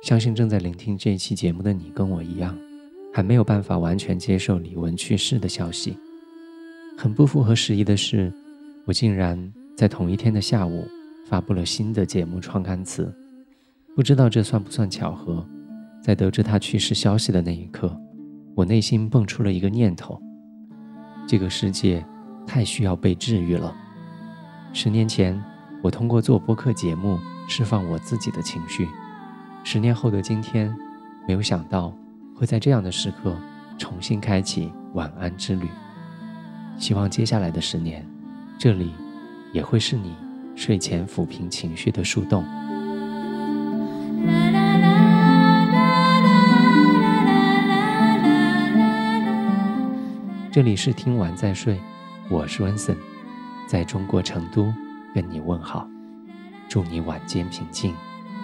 相信正在聆听这一期节目的你跟我一样，还没有办法完全接受李玟去世的消息。很不符合时宜的是，我竟然在同一天的下午发布了新的节目创刊词。不知道这算不算巧合，在得知他去世消息的那一刻，我内心蹦出了一个念头：这个世界太需要被治愈了。10年前，我通过做播客节目释放我自己的情绪，10年后的今天，没有想到会在这样的时刻重新开启晚安之旅。希望接下来的10年，这里也会是你睡前抚平情绪的树洞。这里是听完再睡，我是温森，在中国成都跟你问好，祝你晚间平静。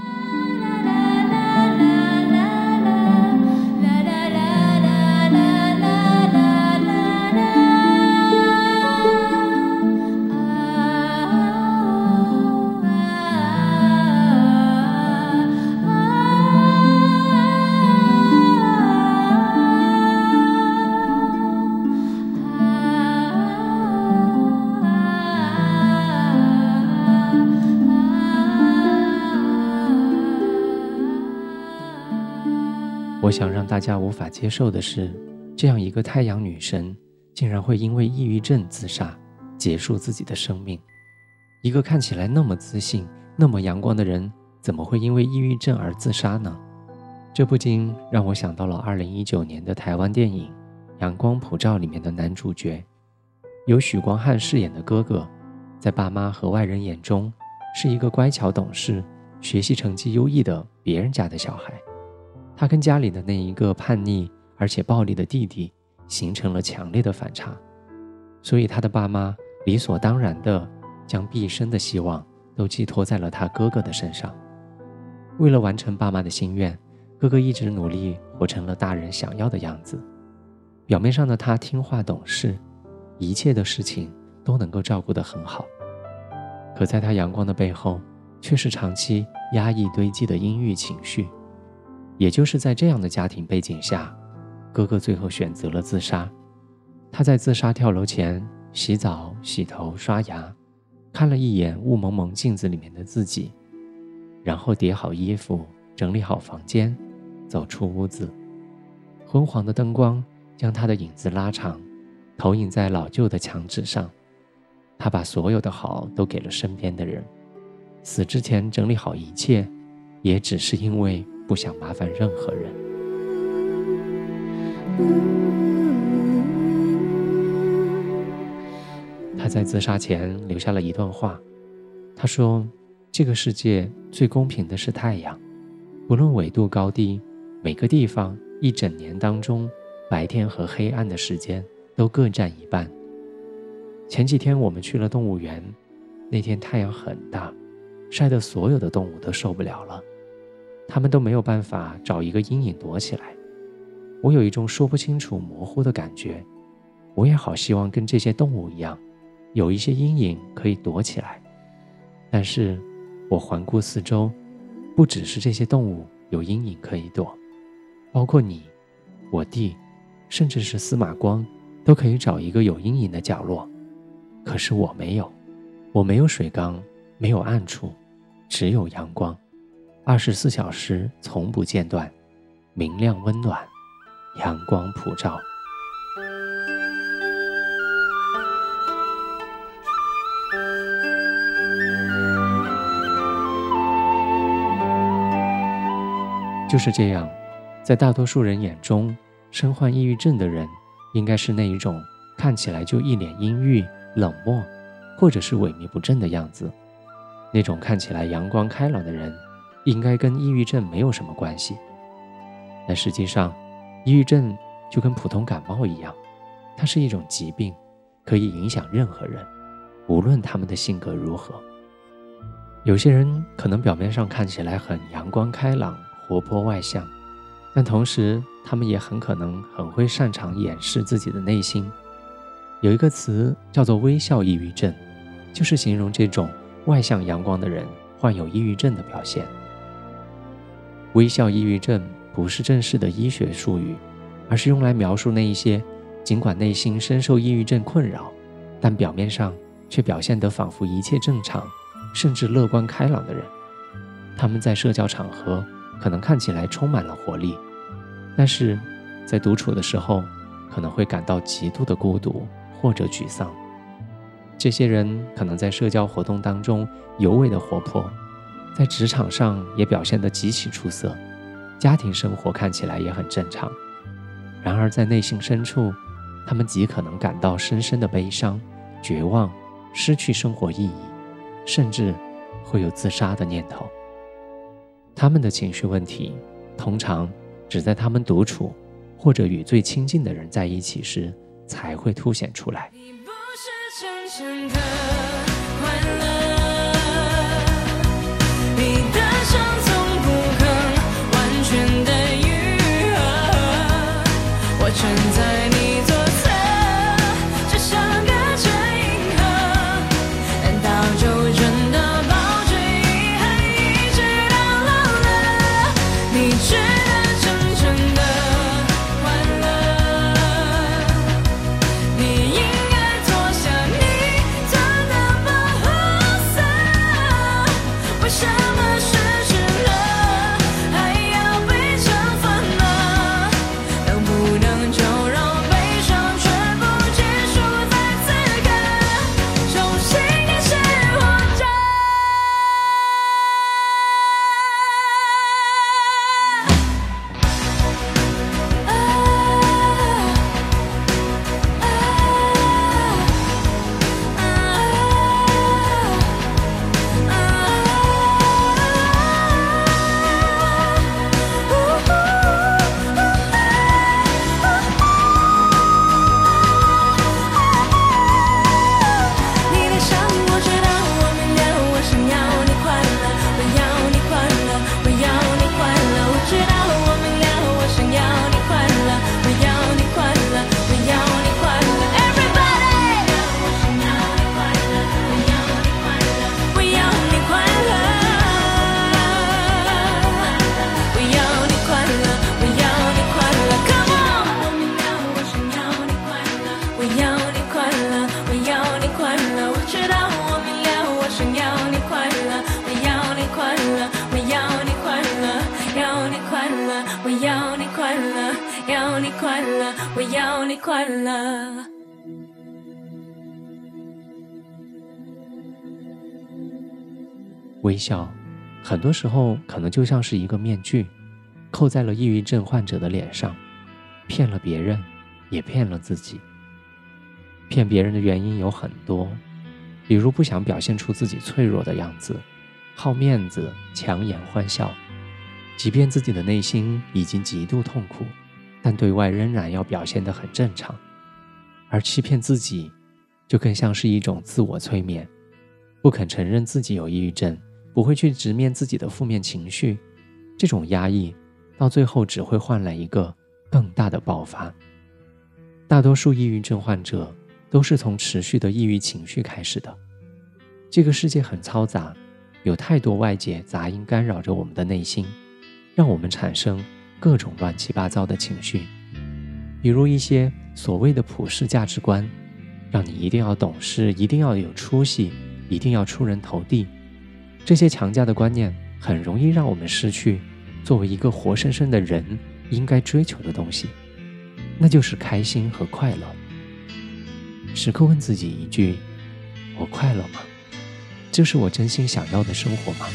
我想让大家无法接受的是，这样一个太阳女神竟然会因为抑郁症自杀，结束自己的生命。一个看起来那么自信、那么阳光的人，怎么会因为抑郁症而自杀呢？这不禁让我想到了2019年的台湾电影《阳光普照》里面的男主角，由许光汉饰演的哥哥，在爸妈和外人眼中是一个乖巧懂事、学习成绩优异的别人家的小孩。他跟家里的那一个叛逆而且暴力的弟弟形成了强烈的反差，所以他的爸妈理所当然地将毕生的希望都寄托在了他哥哥的身上。为了完成爸妈的心愿，哥哥一直努力活成了大人想要的样子。表面上的他听话懂事，一切的事情都能够照顾得很好，可在他阳光的背后，却是长期压抑堆积的阴郁情绪。也就是在这样的家庭背景下，哥哥最后选择了自杀。他在自杀跳楼前洗澡、洗头、刷牙，看了一眼雾蒙蒙镜子里面的自己，然后叠好衣服，整理好房间，走出屋子。昏黄的灯光将他的影子拉长，投影在老旧的墙纸上。他把所有的好都给了身边的人，死之前整理好一切，也只是因为不想麻烦任何人。他在自杀前留下了一段话，他说：这个世界最公平的是太阳，不论纬度高低，每个地方一整年当中，白天和黑暗的时间都各占一半。前几天我们去了动物园，那天太阳很大，晒得所有的动物都受不了了，他们都没有办法找一个阴影躲起来。我有一种说不清楚模糊的感觉，我也好希望跟这些动物一样，有一些阴影可以躲起来。但是我环顾四周，不只是这些动物有阴影可以躲，包括你、我弟，甚至是司马光，都可以找一个有阴影的角落。可是我没有，我没有水缸，没有暗处，只有阳光，24小时从不间断，明亮温暖，阳光普照。就是这样，在大多数人眼中，身患抑郁症的人应该是那一种看起来就一脸阴郁、冷漠，或者是萎靡不振的样子。那种看起来阳光开朗的人，应该跟抑郁症没有什么关系。但实际上，抑郁症就跟普通感冒一样，它是一种疾病，可以影响任何人，无论他们的性格如何。有些人可能表面上看起来很阳光开朗、活泼外向，但同时他们也很可能很会擅长掩饰自己的内心。有一个词叫做微笑抑郁症，就是形容这种外向阳光的人患有抑郁症的表现。 微笑抑郁症不是正式的医学术语，而是用来描述那一些尽管内心深受抑郁症困扰，但表面上却表现得仿佛一切正常，甚至乐观开朗的人。他们在社交场合可能看起来充满了活力，但是在独处的时候可能会感到极度的孤独或者沮丧。这些人可能在社交活动当中尤为的活泼，在职场上也表现得极其出色，家庭生活看起来也很正常。然而在内心深处，他们极可能感到深深的悲伤、绝望、失去生活意义，甚至会有自杀的念头。他们的情绪问题通常只在他们独处或者与最亲近的人在一起时才会凸显出来。 你不是真正的快乐，你的伤从不肯完全的愈合，我站在你左侧，就像隔着银河，难道就真的抱着遗憾一直到老了？你值得真正的快乐，你应该脱下你真的保护色，为什么失去了还要被惩罚呢？能不能就让悲伤全部结束在此刻，重新开始活着。你的伤我知道，我明了，我想要你快乐，我要你快乐，我要你快乐，我知道我明了，我想要你快乐，我要你快乐，我要你快乐 Everybody 我想要你快乐，我要你快乐，我要你快乐，我要你快乐，我要你快乐 Come on 我明了，我想要你快乐，我要你快乐，我要你快乐，我知道我明了，我想要你快乐，我要你快乐，我要你快乐，要你快乐，我要你快乐，要你快乐，我要你快乐。 微笑很多时候可能就像是一个面具，扣在了抑郁症患者的脸上，骗了别人，也骗了自己。骗别人的原因有很多，比如不想表现出自己脆弱的样子，好面子，强颜欢笑，即便自己的内心已经极度痛苦，但对外仍然要表现得很正常。而欺骗自己就更像是一种自我催眠，不肯承认自己有抑郁症，不会去直面自己的负面情绪，这种压抑到最后只会换来一个更大的爆发。大多数抑郁症患者都是从持续的抑郁情绪开始的。这个世界很嘈杂，有太多外界杂音干扰着我们的内心，让我们产生各种乱七八糟的情绪。比如一些所谓的普世价值观，让你一定要懂事，一定要有出息，一定要出人头地。这些强加的观念很容易让我们失去作为一个活生生的人应该追求的东西，那就是开心和快乐。时刻问自己一句：我快乐吗？这是我真心想要的生活吗？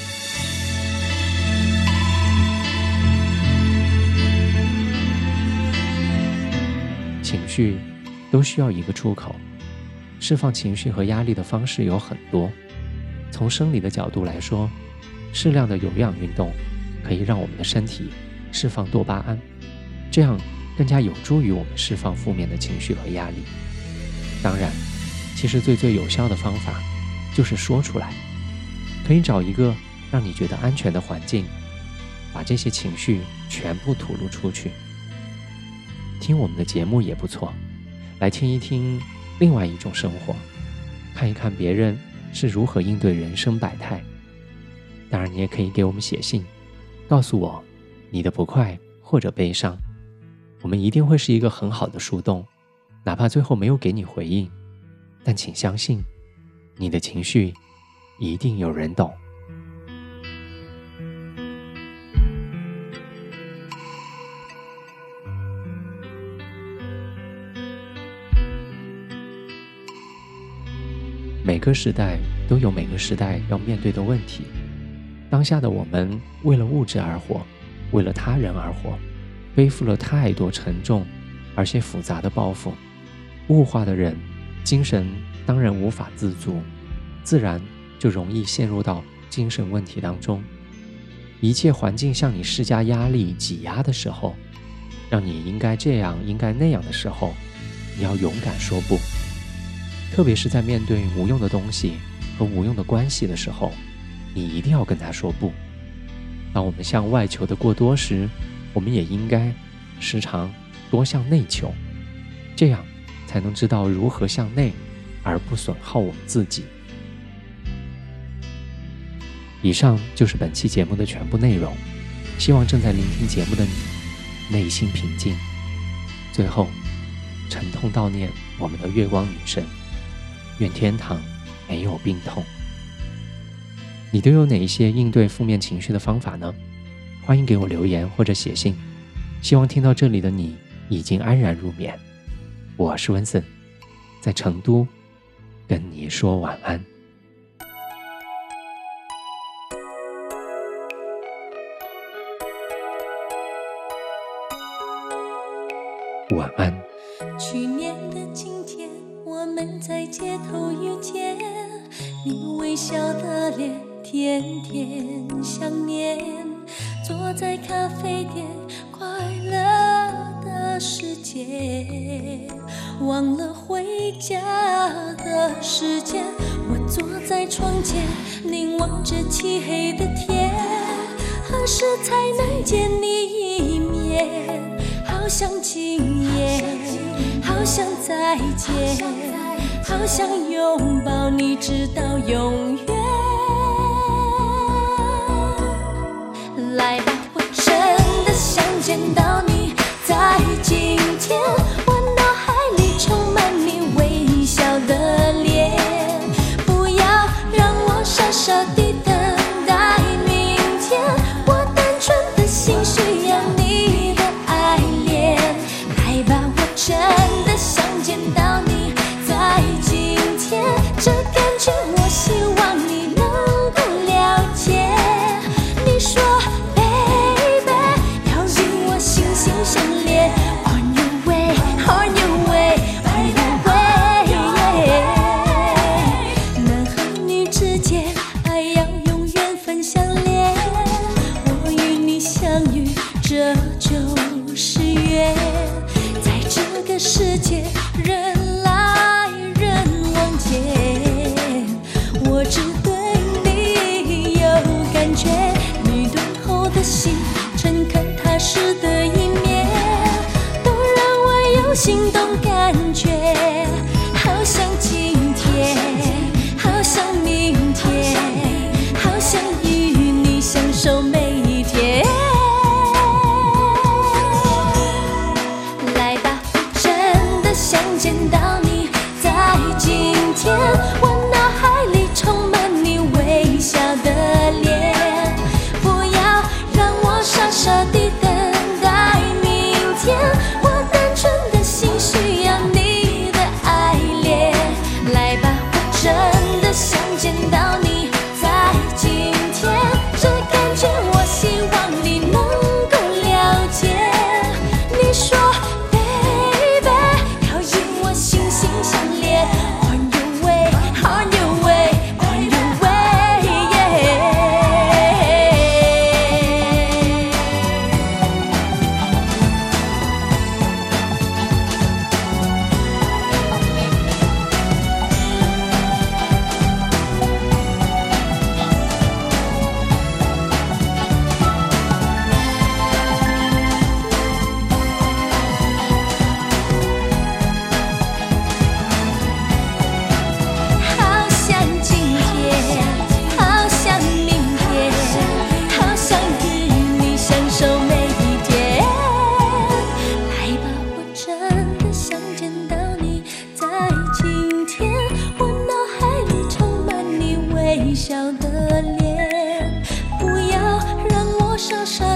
情绪都需要一个出口，释放情绪和压力的方式有很多。从生理的角度来说，适量的有氧运动可以让我们的身体释放多巴胺，这样更加有助于我们释放负面的情绪和压力。当然，其实最有效的方法就是说出来，可以找一个让你觉得安全的环境，把这些情绪全部吐露出去。听我们的节目也不错，来听一听另外一种生活，看一看别人是如何应对人生百态。当然你也可以给我们写信， 告诉我你的不快或者悲伤，我们一定会是一个很好的树洞，哪怕最后没有给你回应，但请相信，你的情绪一定有人懂。每个时代都有每个时代要面对的问题，当下的我们为了物质而活，为了他人而活，背负了太多沉重而且复杂的包袱，物化的人精神当然无法自足，自然就容易陷入到精神问题当中。一切环境向你施加压力挤压的时候，让你应该这样应该那样的时候，你要勇敢说不。特别是在面对无用的东西和无用的关系的时候，你一定要跟他说不。当我们向外求的过多时，我们也应该时常多向内求，这样才能知道如何向内而不损耗我们自己。以上就是本期节目的全部内容，希望正在聆听节目的你内心平静。最后沉痛悼念我们的月光女神，愿天堂没有病痛。你都有哪一些应对负面情绪的方法呢？欢迎给我留言或者写信。希望听到这里的你已经安然入眠。我是温森，在成都跟你说晚安。晚安。 去年的今天，我们在街头遇见，你微笑的脸，甜甜想念，坐在咖啡店，快乐的世界，忘了回家的时间。我坐在床前，凝望着漆黑的天，何时才能见你一面？好想今夜，好想再见，好想拥抱你直到永远。来吧，我真的想见到你，在今天，我脑海里充满你微笑的脸。不要让我傻傻地等待明天，我单纯的心需要你的爱恋。来吧，我真的想见到你，在今天，这感觉我希望你能够了解。你说 baby 要与我心心相连 On your way, on your way, on your way。 男和女之间爱要用缘分相连，我与你相遇这就是缘。在这个世界人来人往间，我只对你有感觉，你对后的心诚恳踏实的一面，都让我有心动感觉。好想今天，好想明天，好想与你相守每一天。来吧，我真的想见到你，在今天，我脑海里充满你微笑的脸。不要让我傻傻地等待明天，我单纯的心需要你的爱恋。来吧，我真的想见到你，在今天，这感觉我希望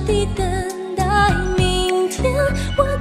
地等待明天。